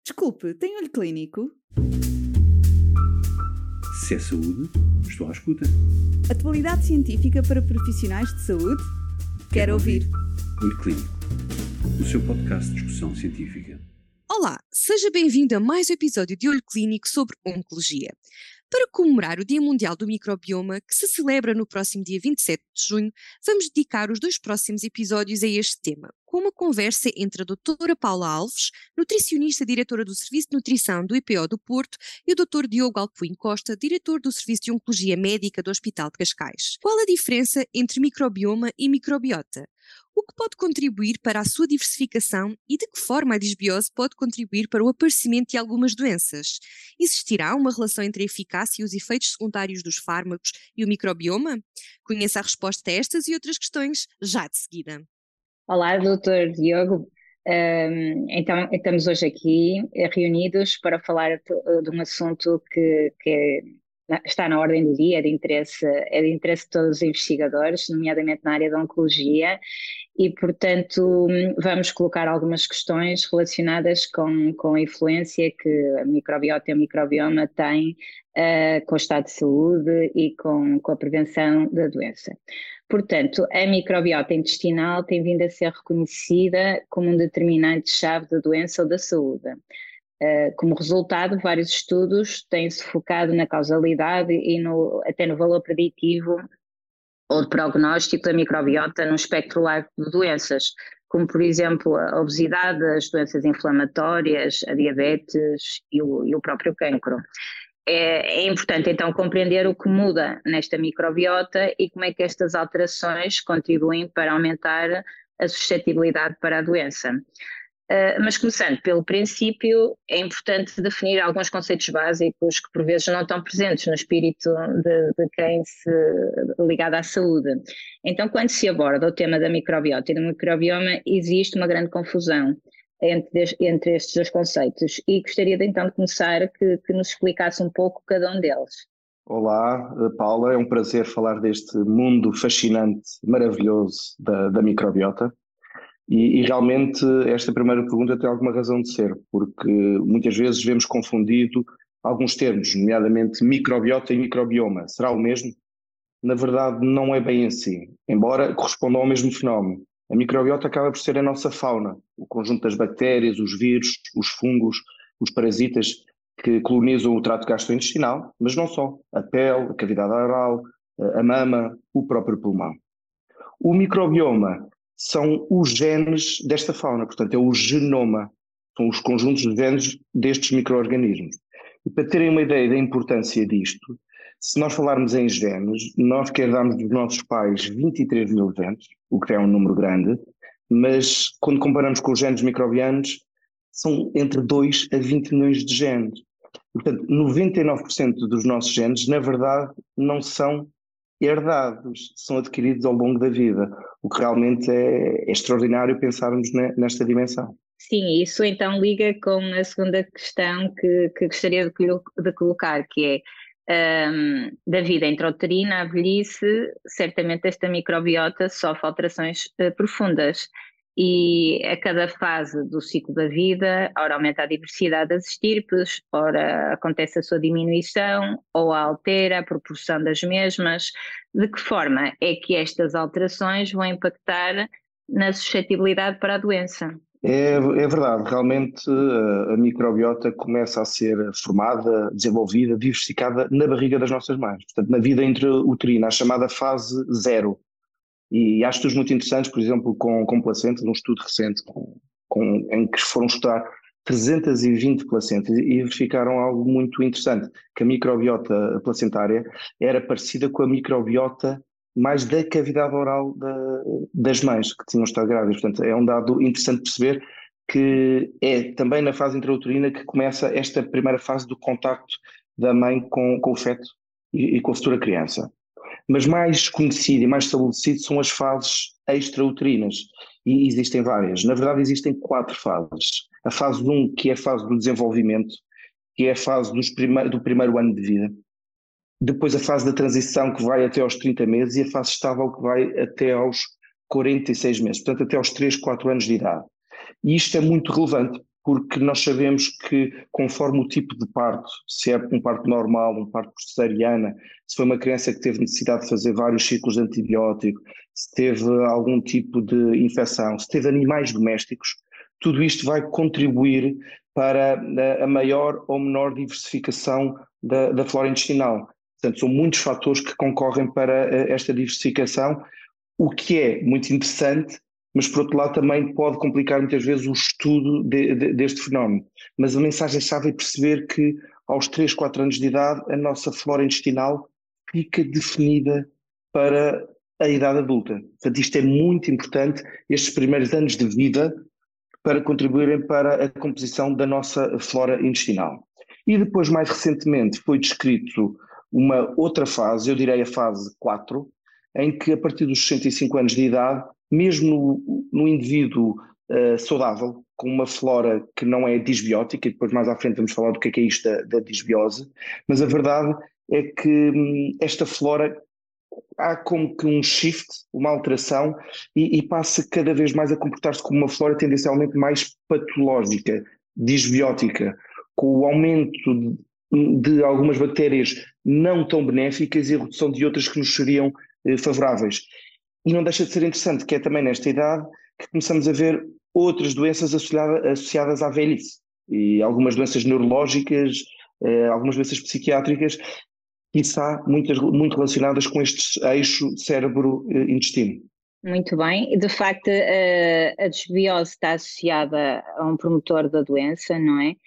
Desculpe, tem olho clínico? Se é saúde, estou à escuta. Atualidade científica para profissionais de saúde? Quero ouvir. Olho Clínico, o seu podcast de discussão científica. Olá, seja bem-vindo a mais um episódio de Olho Clínico sobre Oncologia. Para comemorar o Dia Mundial do Microbioma, que se celebra no próximo dia 27 de junho, vamos dedicar os 2 próximos episódios a este tema, com uma conversa entre a doutora Paula Alves, nutricionista e diretora do Serviço de Nutrição do IPO do Porto, e o Dr. Diogo Alcuim Costa, diretor do Serviço de Oncologia Médica do Hospital de Cascais. Qual a diferença entre microbioma e microbiota? O que pode contribuir para a sua diversificação e de que forma a disbiose pode contribuir para o aparecimento de algumas doenças? Existirá uma relação entre a eficácia e os efeitos secundários dos fármacos e o microbioma? Conheça a resposta a estas e outras questões já de seguida. Olá, Dr. Diogo. Então, estamos hoje aqui reunidos para falar de um assunto que está na ordem do dia, é de interesse de todos os investigadores, nomeadamente na área da oncologia, e, portanto, vamos colocar algumas questões relacionadas com a influência que a microbiota e o microbioma têm com o estado de saúde e com a prevenção da doença. Portanto, a microbiota intestinal tem vindo a ser reconhecida como um determinante-chave da doença ou da saúde. Como resultado, vários estudos têm-se focado na causalidade e até no valor preditivo ou de prognóstico da microbiota no espectro largo de doenças, como por exemplo a obesidade, as doenças inflamatórias, a diabetes e o próprio cancro. É importante então compreender o que muda nesta microbiota e como é que estas alterações contribuem para aumentar a suscetibilidade para a doença. Mas começando pelo princípio, é importante definir alguns conceitos básicos que por vezes não estão presentes no espírito de quem se ligado à saúde. Então, quando se aborda o tema da microbiota e do microbioma, existe uma grande confusão entre estes dois conceitos e gostaria então de começar que nos explicasse um pouco cada um deles. Olá, Paula, é um prazer falar deste mundo fascinante, maravilhoso da microbiota. E realmente esta primeira pergunta tem alguma razão de ser, porque muitas vezes vemos confundido alguns termos, nomeadamente microbiota e microbioma. Será o mesmo? Na verdade não é bem assim, embora correspondam ao mesmo fenómeno. A microbiota acaba por ser a nossa fauna, o conjunto das bactérias, os vírus, os fungos, os parasitas que colonizam o trato gastrointestinal, mas não só, a pele, a cavidade oral, a mama, o próprio pulmão. O microbioma são os genes desta fauna, portanto é o genoma, são os conjuntos de genes destes micro-organismos. E para terem uma ideia da importância disto, se nós falarmos em genes, nós que herdamos dos nossos pais 23 mil genes, o que é um número grande, mas quando comparamos com os genes microbianos, são entre 2 a 20 milhões de genes. Portanto, 99% dos nossos genes, na verdade, não são herdados, são adquiridos ao longo da vida, o que realmente é extraordinário pensarmos nesta dimensão. Sim, isso então liga com a segunda questão que gostaria de colocar, que é da vida intrauterina à velhice, certamente esta microbiota sofre alterações profundas e a cada fase do ciclo da vida, ora aumenta a diversidade das estirpes, ora acontece a sua diminuição ou altera a proporção das mesmas. De que forma é que estas alterações vão impactar na suscetibilidade para a doença? É verdade, realmente a microbiota começa a ser formada, desenvolvida, diversificada na barriga das nossas mães, portanto na vida intrauterina, a chamada fase 0. E há estudos muito interessantes, por exemplo, com placentas, um estudo recente em que foram estudar 320 placentas e verificaram algo muito interessante, que a microbiota placentária era parecida com a microbiota mais da cavidade oral das mães que tinham estado grávidas. Portanto, é um dado interessante perceber que é também na fase intrauterina que começa esta primeira fase do contacto da mãe com o feto e com a futura criança. Mas mais conhecido e mais estabelecido são as fases extrauterinas, e existem várias. Na verdade existem 4 fases. A fase 1, que é a fase do desenvolvimento, que é a fase do primeiro ano de vida. Depois a fase da transição, que vai até aos 30 meses, e a fase estável, que vai até aos 46 meses, portanto até aos 3, 4 anos de idade. E isto é muito relevante, porque nós sabemos que conforme o tipo de parto, se é um parto normal, um parto por cesariana, se foi uma criança que teve necessidade de fazer vários ciclos de antibiótico, se teve algum tipo de infecção, se teve animais domésticos, tudo isto vai contribuir para a maior ou menor diversificação da flora intestinal. Portanto, são muitos fatores que concorrem para esta diversificação, o que é muito interessante, mas por outro lado também pode complicar muitas vezes o estudo deste fenómeno. Mas a mensagem-chave é perceber que aos 3, 4 anos de idade a nossa flora intestinal fica definida para a idade adulta. Portanto, isto é muito importante, estes primeiros anos de vida, para contribuírem para a composição da nossa flora intestinal. E depois, mais recentemente, foi descrito uma outra fase, eu direi a fase 4, em que a partir dos 65 anos de idade, mesmo no indivíduo saudável, com uma flora que não é disbiótica, e depois mais à frente vamos falar do que é isto da disbiose, mas a verdade é que esta flora há como que um shift, uma alteração, e passa cada vez mais a comportar-se como uma flora tendencialmente mais patológica, disbiótica, com o aumento de algumas bactérias não tão benéficas e a redução de outras que nos seriam favoráveis. E não deixa de ser interessante que é também nesta idade que começamos a ver outras doenças associadas à velhice, e algumas doenças neurológicas, algumas doenças psiquiátricas, quiçá muito relacionadas com este eixo cérebro-intestino. Muito bem, de facto a desbiose está associada a um promotor da doença, não é?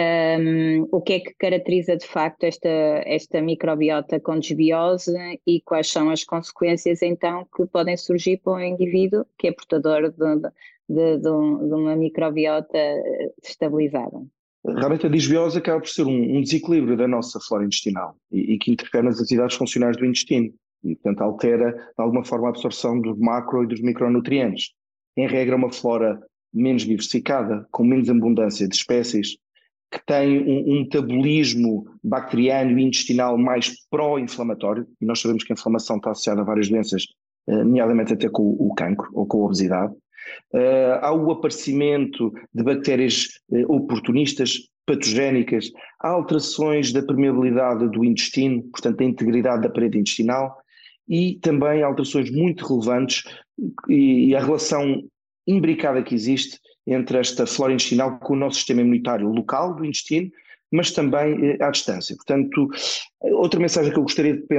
O que é que caracteriza de facto esta microbiota com desbiose e quais são as consequências então que podem surgir para um indivíduo que é portador de uma microbiota estabilizada? Realmente a disbiose acaba por ser um desequilíbrio da nossa flora intestinal e que interfere nas atividades funcionais do intestino e, portanto, altera de alguma forma a absorção dos macro e dos micronutrientes. Em regra, uma flora menos diversificada, com menos abundância de espécies, que tem um metabolismo bacteriano e intestinal mais pró-inflamatório, e nós sabemos que a inflamação está associada a várias doenças, nomeadamente até com o cancro ou com a obesidade. Há o aparecimento de bactérias oportunistas, patogénicas, há alterações da permeabilidade do intestino, portanto da integridade da parede intestinal, e também alterações muito relevantes e a relação imbricada que existe entre esta flora intestinal com o nosso sistema imunitário local do intestino, mas também à distância. Portanto, outra mensagem que eu gostaria de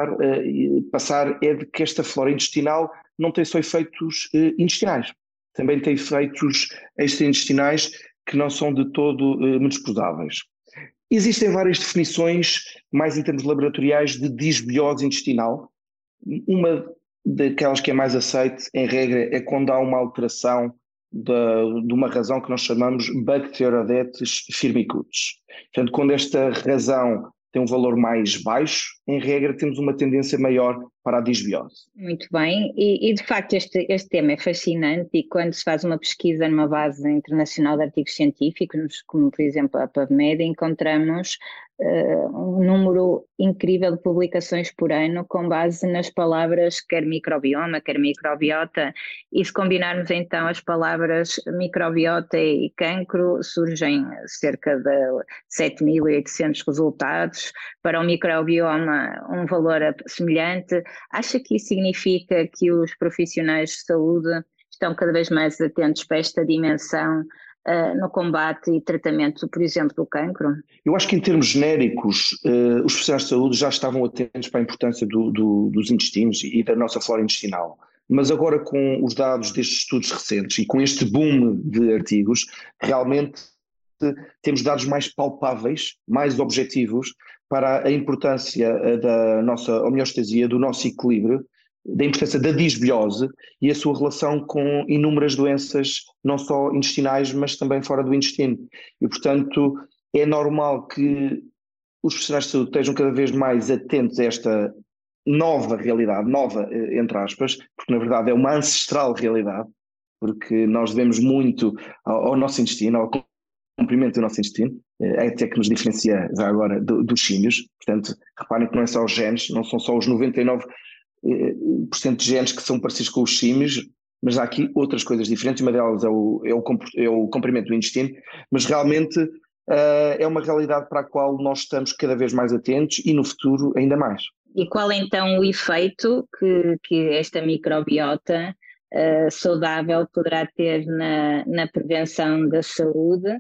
passar é de que esta flora intestinal não tem só efeitos intestinais, também tem efeitos extraintestinais que não são de todo menosprezáveis. Existem várias definições, mais em termos laboratoriais, de disbiose intestinal. Uma daquelas que é mais aceite, em regra, é quando há uma alteração de uma razão que nós chamamos Bacteroidetes firmicutes. Portanto, quando esta razão tem um valor mais baixo, em regra temos uma tendência maior para a disbiose. Muito bem, e de facto este tema é fascinante e quando se faz uma pesquisa numa base internacional de artigos científicos, como por exemplo a PubMed, encontramos um número incrível de publicações por ano com base nas palavras quer microbioma, quer microbiota, e se combinarmos então as palavras microbiota e cancro, surgem cerca de 7.800 resultados, para o microbioma um valor semelhante. Acha que isso significa que os profissionais de saúde estão cada vez mais atentos para esta dimensão no combate e tratamento, por exemplo, do cancro? Eu acho que em termos genéricos, os profissionais de saúde já estavam atentos para a importância dos intestinos e da nossa flora intestinal. Mas agora com os dados destes estudos recentes e com este boom de artigos, realmente temos dados mais palpáveis, mais objetivos para a importância da nossa homeostasia, do nosso equilíbrio, da importância da disbiose e a sua relação com inúmeras doenças, não só intestinais, mas também fora do intestino. E, portanto, é normal que os profissionais de saúde estejam cada vez mais atentos a esta nova realidade, nova entre aspas, porque na verdade é uma ancestral realidade, porque nós devemos muito ao nosso intestino, ao comprimento do nosso intestino, até que nos diferencia já agora dos símios. Portanto, reparem que não é só os genes, não são só os 99% de genes que são parecidos com os símios, mas há aqui outras coisas diferentes, uma delas é o comprimento do intestino, mas realmente é uma realidade para a qual nós estamos cada vez mais atentos e no futuro ainda mais. E qual então o efeito que esta microbiota saudável poderá ter na prevenção da saúde?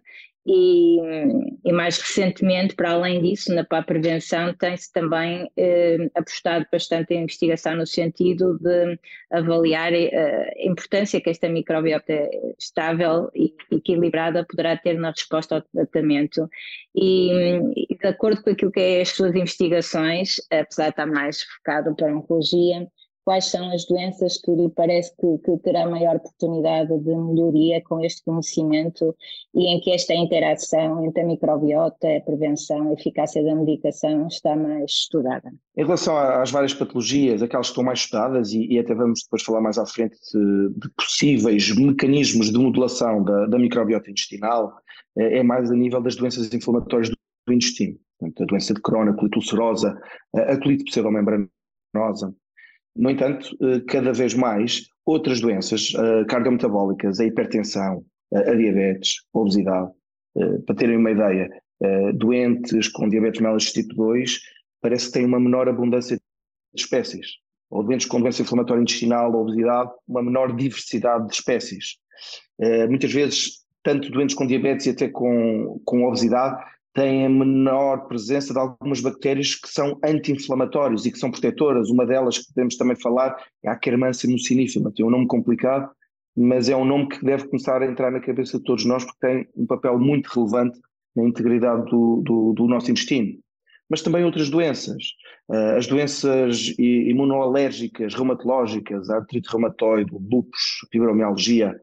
E mais recentemente, para além disso, para a prevenção, tem-se também apostado bastante em investigação no sentido de avaliar a importância que esta microbiota estável e equilibrada poderá ter na resposta ao tratamento. E de acordo com aquilo que é as suas investigações, apesar de estar mais focado para a oncologia, quais são as doenças que lhe parece que terá maior oportunidade de melhoria com este conhecimento e em que esta interação entre a microbiota, a prevenção, a eficácia da medicação está mais estudada? Em relação às várias patologias, aquelas que estão mais estudadas, e até vamos depois falar mais à frente de possíveis mecanismos de modulação da microbiota intestinal, é mais a nível das doenças inflamatórias do intestino. Portanto, a doença de Crohn, a colite ulcerosa, a colite pseudomembranosa. No entanto, cada vez mais outras doenças cardiometabólicas, a hipertensão, a diabetes, a obesidade, para terem uma ideia, doentes com diabetes mellitus tipo 2 parece que têm uma menor abundância de espécies, ou doentes com doença inflamatória intestinal, obesidade, uma menor diversidade de espécies. Muitas vezes, tanto doentes com diabetes e até com obesidade, têm a menor presença de algumas bactérias que são anti-inflamatórias e que são protetoras. Uma delas que podemos também falar é a Akkermansia mucinífera. Tem um nome complicado, mas é um nome que deve começar a entrar na cabeça de todos nós porque tem um papel muito relevante na integridade do nosso intestino. Mas também outras doenças. As doenças imunoalérgicas, reumatológicas, a artrite reumatoide, o lúpus, fibromialgia,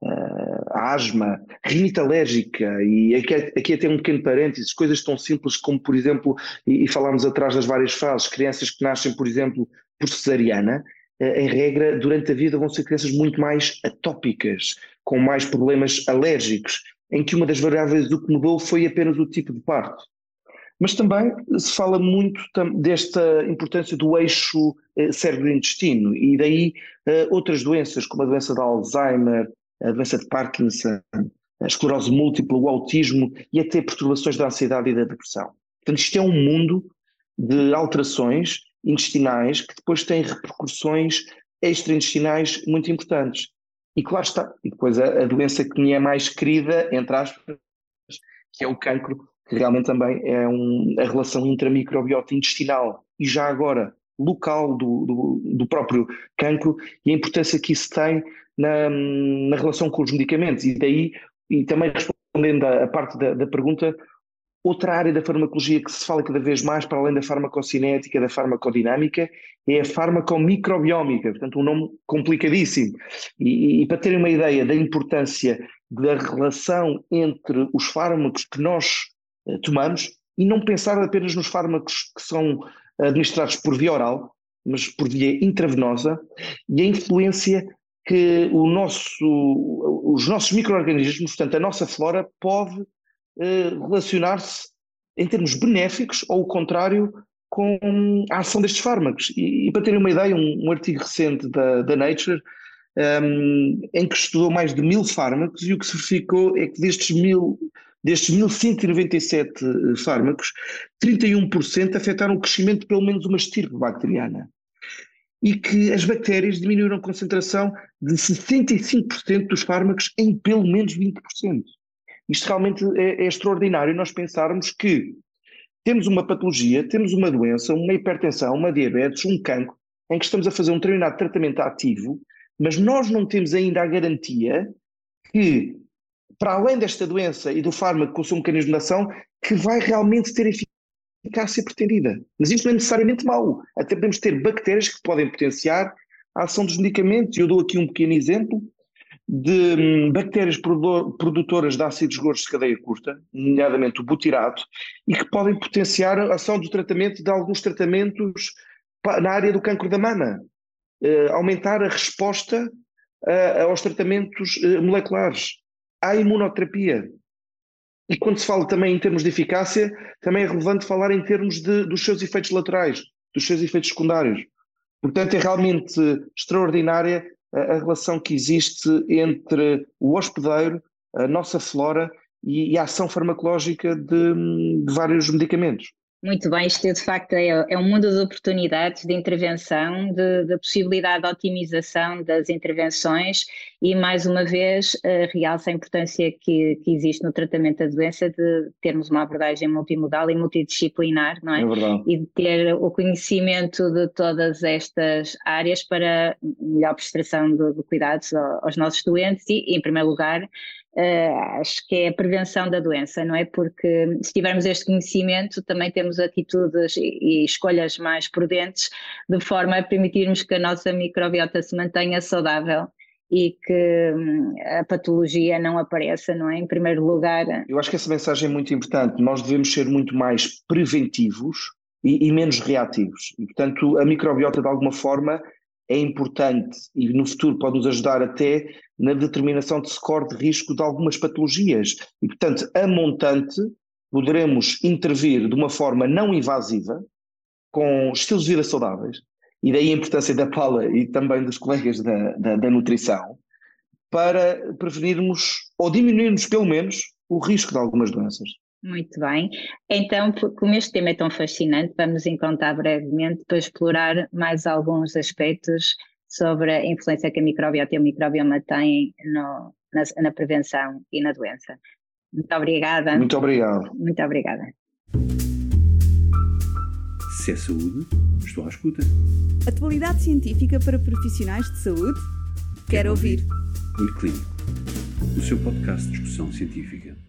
a asma, rinite alérgica, e aqui até um pequeno parênteses, coisas tão simples como, por exemplo, e falámos atrás das várias fases, crianças que nascem, por exemplo, por cesariana, em regra, durante a vida vão ser crianças muito mais atópicas, com mais problemas alérgicos, em que uma das variáveis do que mudou foi apenas o tipo de parto. Mas também se fala muito desta importância do eixo cérebro-intestino, e daí outras doenças, como a doença de Alzheimer, a doença de Parkinson, a esclerose múltipla, o autismo e até perturbações da ansiedade e da depressão. Portanto, isto é um mundo de alterações intestinais que depois têm repercussões extraintestinais muito importantes. E claro está, e depois a doença que me é mais querida, entre aspas, que é o cancro, que realmente também é a relação intramicrobiota intestinal e já agora local do próprio cancro e a importância que isso tem na relação com os medicamentos. E daí, e também respondendo a parte da pergunta, outra área da farmacologia que se fala cada vez mais, para além da farmacocinética, da farmacodinâmica, é a farmacomicrobiómica, portanto um nome complicadíssimo. E para terem uma ideia da importância da relação entre os fármacos que nós tomamos, e não pensar apenas nos fármacos que são administrados por via oral, mas por via intravenosa, e a influência que os nossos micro-organismos, portanto a nossa flora, pode relacionar-se em termos benéficos ou o contrário com a ação destes fármacos. E para terem uma ideia, um artigo recente da Nature em que estudou mais de 1000 fármacos, e o que se verificou é que destes 1197 fármacos, 31% afetaram o crescimento de pelo menos uma estirpe bacteriana. E que as bactérias diminuíram a concentração de 65% dos fármacos em pelo menos 20%. Isto realmente é extraordinário, nós pensarmos que temos uma patologia, temos uma doença, uma hipertensão, uma diabetes, um cancro, em que estamos a fazer um determinado tratamento ativo, mas nós não temos ainda a garantia que, para além desta doença e do fármaco com o seu mecanismo de ação, que vai realmente ter eficácia pretendida. Mas isto não é necessariamente mau. Até podemos ter bactérias que podem potenciar a ação dos medicamentos. Eu dou aqui um pequeno exemplo de bactérias produtoras de ácidos graxos de cadeia curta, nomeadamente o butirato, e que podem potenciar a ação do tratamento de alguns tratamentos na área do cancro da mama, aumentar a resposta aos tratamentos moleculares, à imunoterapia. E quando se fala também em termos de eficácia, também é relevante falar em termos dos seus efeitos laterais, dos seus efeitos secundários. Portanto, é realmente extraordinária a relação que existe entre o hospedeiro, a nossa flora e a ação farmacológica de vários medicamentos. Muito bem, isto de facto é um mundo de oportunidades, de intervenção, de possibilidade de otimização das intervenções e, mais uma vez, realça a importância que existe no tratamento da doença de termos uma abordagem multimodal e multidisciplinar, não é? É verdade. E de ter o conhecimento de todas estas áreas para melhor prestação de cuidados aos nossos doentes e, em primeiro lugar, acho que é a prevenção da doença, não é? Porque se tivermos este conhecimento também temos atitudes e escolhas mais prudentes de forma a permitirmos que a nossa microbiota se mantenha saudável e que a patologia não apareça, não é? Em primeiro lugar. Eu acho que essa mensagem é muito importante. Nós devemos ser muito mais preventivos e menos reativos. E, portanto, a microbiota de alguma forma é importante e no futuro pode nos ajudar até na determinação de score de risco de algumas patologias. E, portanto, a montante poderemos intervir de uma forma não invasiva, com estilos de vida saudáveis, e daí a importância da Paula e também dos colegas da nutrição, para prevenirmos ou diminuirmos pelo menos o risco de algumas doenças. Muito bem. Então, como este tema é tão fascinante, vamos encontrar brevemente para explorar mais alguns aspectos sobre a influência que a microbiota e o microbioma têm na prevenção e na doença. Muito obrigada. Muito obrigado. Muito obrigada. Se é saúde, estou à escuta. Atualidade científica para profissionais de saúde? Quero ouvir. Olho Clínico, o seu podcast de discussão científica.